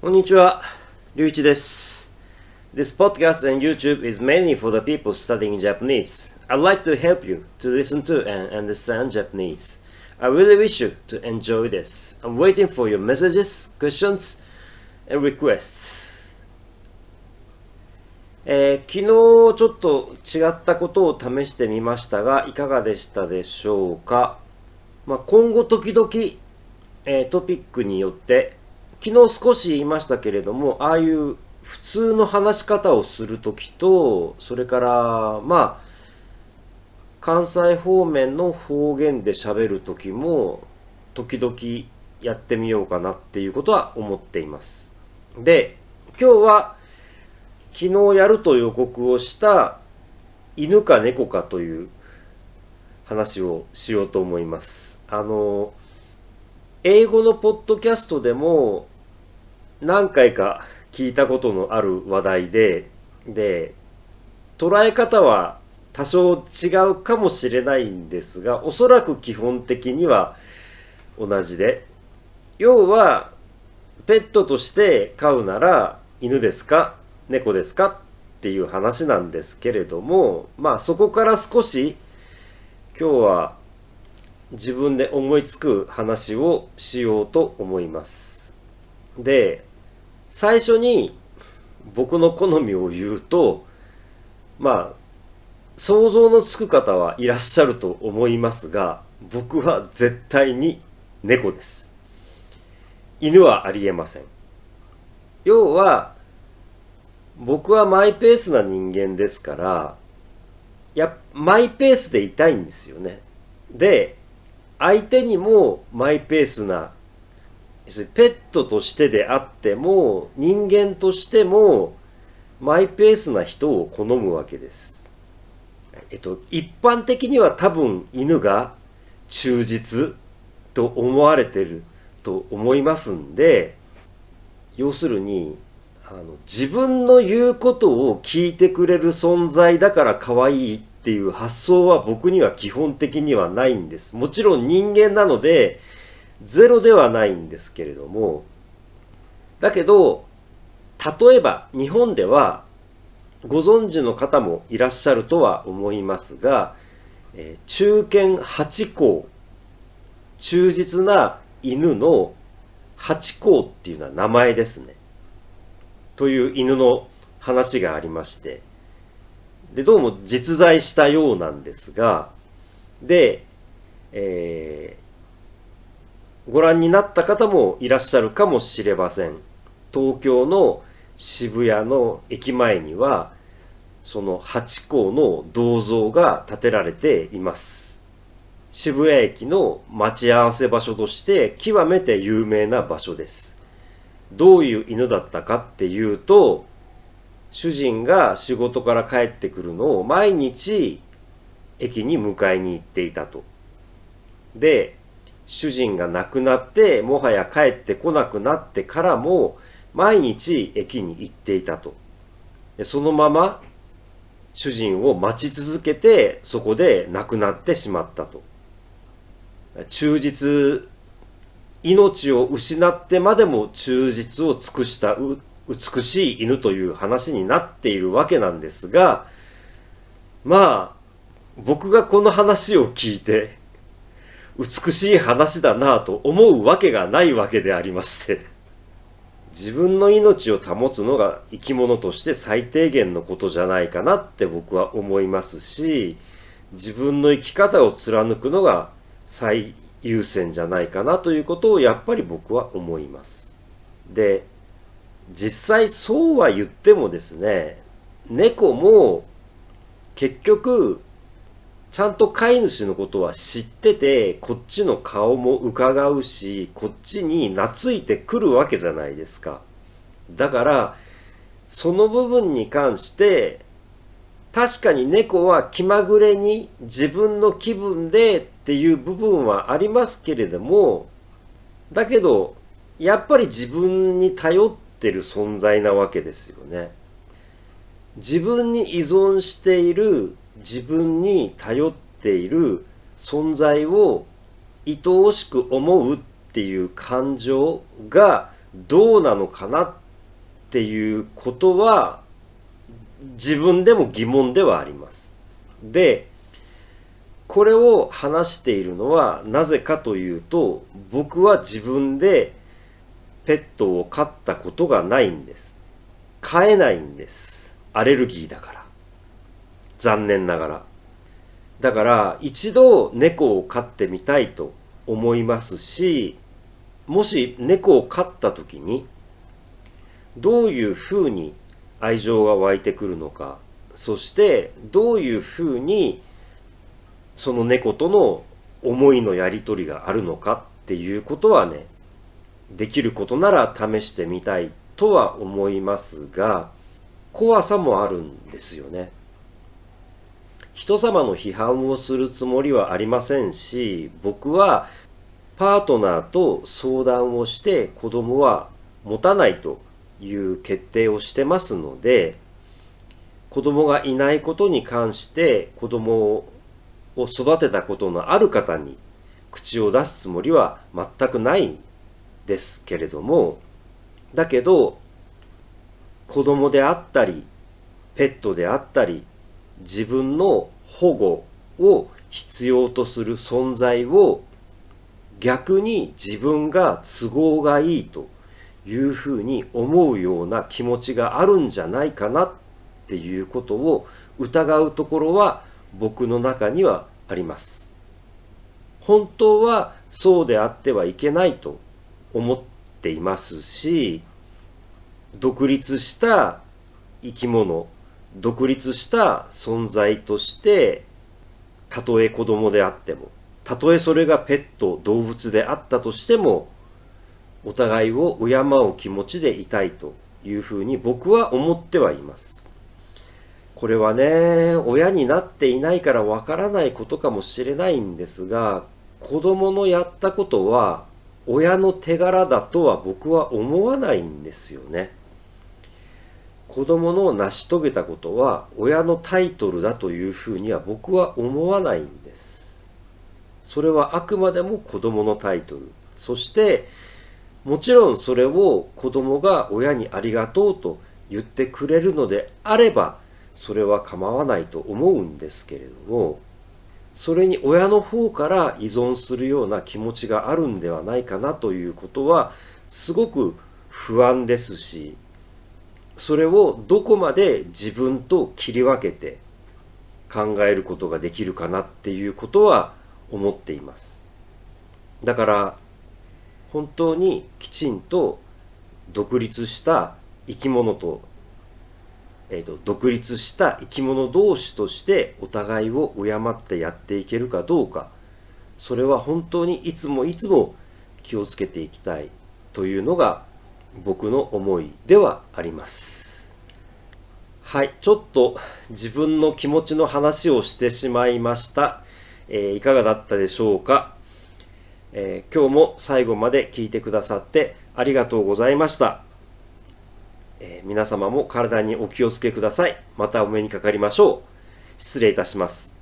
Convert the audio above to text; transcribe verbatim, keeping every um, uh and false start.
こんにちは、りゅういちです。This podcast and YouTube is mainly for the people studying Japanese. I'd like to help you to listen to and understand Japanese. I really wish you to enjoy this. I'm waiting for your messages, questions, and requests. えー、昨日ちょっと違ったことを試してみましたが、いかがでしたでしょうか。まあ、今後時々、えー、トピックによって昨日少し言いましたけれども、ああいう普通の話し方をするときと、それからまあ関西方面の方言で喋るときも時々やってみようかなっていうことは思っています。で、今日は昨日やると予告をした犬か猫かという話をしようと思います。あの英語のポッドキャストでも何回か聞いたことのある話題で、で、捉え方は多少違うかもしれないんですが、おそらく基本的には同じで、要はペットとして飼うなら犬ですか猫ですかっていう話なんですけれども、まあそこから少し今日は自分で思いつく話をしようと思います。で、最初に僕の好みを言うと、まあ想像のつく方はいらっしゃると思いますが、僕は絶対に猫です。犬はありえません。要は僕はマイペースな人間ですから、やマイペースでいたいんですよね。で、相手にもマイペースな、ペットとしてであっても人間としてもマイペースな人を好むわけです。えっと一般的には多分犬が忠実と思われてると思いますんで、要するにあの自分の言うことを聞いてくれる存在だから可愛いっていう発想は僕には基本的にはないんです。もちろん人間なのでゼロではないんですけれども、だけど例えば日本ではご存知の方もいらっしゃるとは思いますが、えー、忠犬八公、忠実な犬の八公っていうのは名前ですね。という犬の話がありまして、でどうも実在したようなんですが、で、えーご覧になった方もいらっしゃるかもしれません。東京の渋谷の駅前にはそのハチ公の銅像が建てられています。渋谷駅の待ち合わせ場所として極めて有名な場所です。どういう犬だったかっていうと、主人が仕事から帰ってくるのを毎日駅に迎えに行っていたと。で、主人が亡くなってもはや帰ってこなくなってからも毎日駅に行っていたと。そのまま主人を待ち続けてそこで亡くなってしまったと。忠実、命を失ってまでも忠実を尽くした美しい犬という話になっているわけなんですが、まあ僕がこの話を聞いて美しい話だなぁと思うわけがないわけでありまして自分の命を保つのが生き物として最低限のことじゃないかなって僕は思いますし、自分の生き方を貫くのが最優先じゃないかなということをやっぱり僕は思います。で、実際そうは言ってもですね、猫も結局ちゃんと飼い主のことは知ってて、こっちの顔も伺うし、こっちに懐いてくるわけじゃないですか。だからその部分に関して確かに猫は気まぐれに自分の気分でっていう部分はありますけれども、だけどやっぱり自分に頼ってる存在なわけですよね。自分に依存している、自分に頼っている存在を愛おしく思うっていう感情がどうなのかなっていうことは自分でも疑問ではあります。で、これを話しているのはなぜかというと、僕は自分でペットを飼ったことがないんです。飼えないんです。アレルギーだから。残念ながら。だから一度猫を飼ってみたいと思いますし、もし猫を飼った時にどういうふうに愛情が湧いてくるのか、そしてどういうふうにその猫との思いのやり取りがあるのかっていうことはね、できることなら試してみたいとは思いますが、怖さもあるんですよね。人様の批判をするつもりはありませんし、僕はパートナーと相談をして子供は持たないという決定をしてますので、子供がいないことに関して子供を育てたことのある方に口を出すつもりは全くないんですけれども、だけど子供であったりペットであったり自分の保護を必要とする存在を逆に自分が都合がいいというふうに思うような気持ちがあるんじゃないかなっていうことを疑うところは僕の中にはあります。本当はそうであってはいけないと思っていますし、独立した生き物、独立した存在として、たとえ子供であっても、たとえそれがペット、動物であったとしても、お互いを敬う気持ちでいたいというふうに僕は思ってはいます。これはね、親になっていないからわからないことかもしれないんですが、子供のやったことは親の手柄だとは僕は思わないんですよね。子供の成し遂げたことは親のタイトルだというふうには僕は思わないんです。それはあくまでも子供のタイトル。そしてもちろんそれを子供が親にありがとうと言ってくれるのであれば、それは構わないと思うんですけれども、それに親の方から依存するような気持ちがあるんではないかなということはすごく不安ですし、それをどこまで自分と切り分けて考えることができるかなっていうことは思っています。だから本当にきちんと独立した生き物と、えーと、独立した生き物同士としてお互いを敬ってやっていけるかどうか、それは本当にいつもいつも気をつけていきたいというのが僕の思いではあります。はい、ちょっと自分の気持ちの話をしてしまいました。えー、いかがだったでしょうか。えー、今日も最後まで聞いてくださってありがとうございました。えー、皆様も体にお気をつけください。またお目にかかりましょう。失礼いたします。